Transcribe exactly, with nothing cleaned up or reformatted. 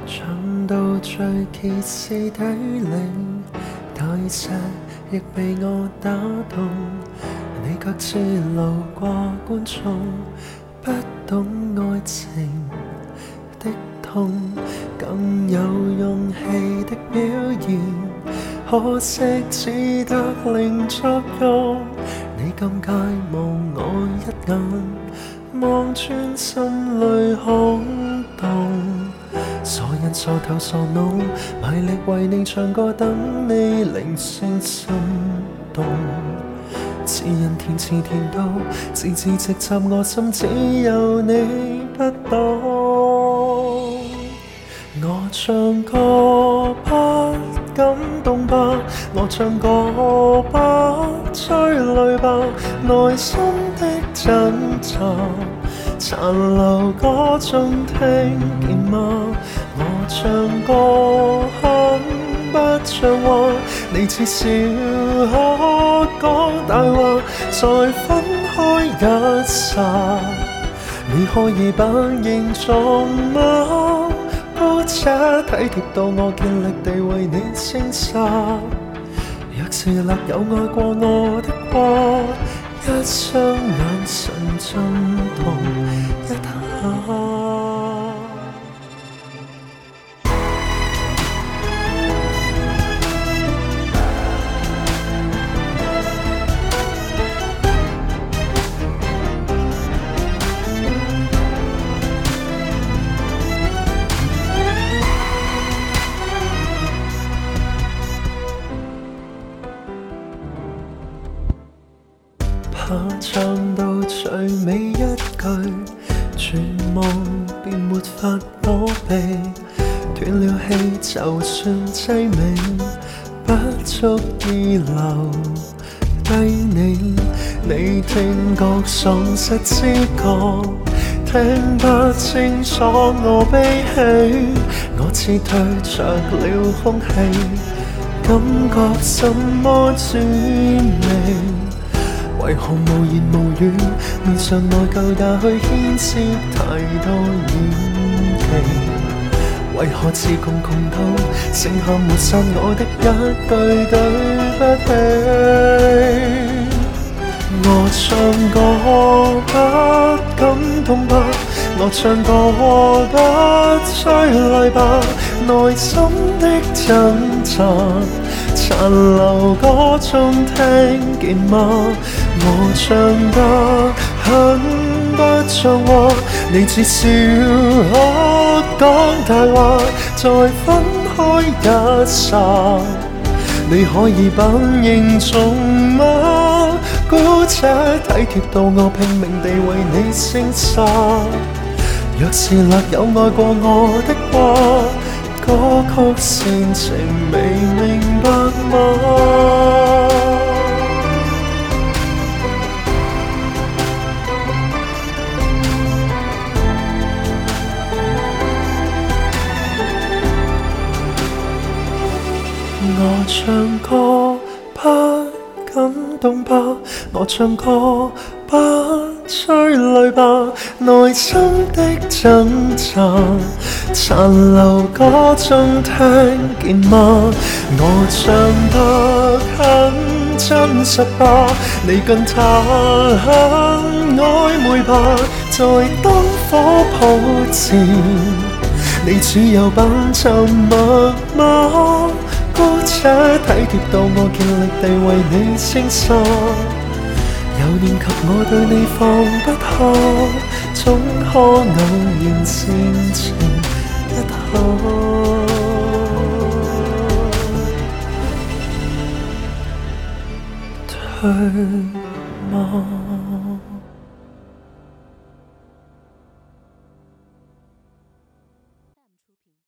唱到最歇斯底里，大石亦被我打動。你卻似路過觀眾，不懂愛情的痛，更有勇氣的表現，可惜只得零作用。你尷尬望我一眼，望穿心裏空洞。傻人傻頭傻腦，賣力為你唱歌，等你鈴聲心動。詞人填詞填到字字直插我心，只有你不懂。我唱歌不感動吧，我唱歌不催淚吧，內心的掙扎殘留歌中聽見嗎？我唱歌很不像話，你至少可講大話，再分開一剎，你可以把認重嗎？姑且體貼到我盡力地為你聲沙，若是勒有愛過我的話，一雙眼神震動一下。怕唱到最尾一句，絕望便沒法躲避，斷了氣就算凄美，不足以留低你。你聽覺喪失知覺，聽不清楚我悲喜，我似退着了空氣，感覺什麼滋味？為何無言無語，面上內疚也許牽涉太多演技，為何自窮窮到剩下抹殺我的一句對不起？我唱歌不感動吧，我唱歌不催淚吧，內心的掙扎殘留歌中聽見嗎？我唱得很不像話，你至少可講大話，再分開一剎，你可以把認重嗎？姑且體貼到我拼命地為你聲沙，若是勒有愛過我的話，歌曲煽情未明白嗎？我唱歌不感動吧，我唱歌不催淚吧，內心的掙扎殘留歌中聽見嗎？我唱得很真實吧，你跟他很曖昧吧，在燈火普前，你只有扮沉默嗎？姑且體貼到我盡力地為你聲沙，又念及我對你放不下，總可偶然煽情一下，退嗎？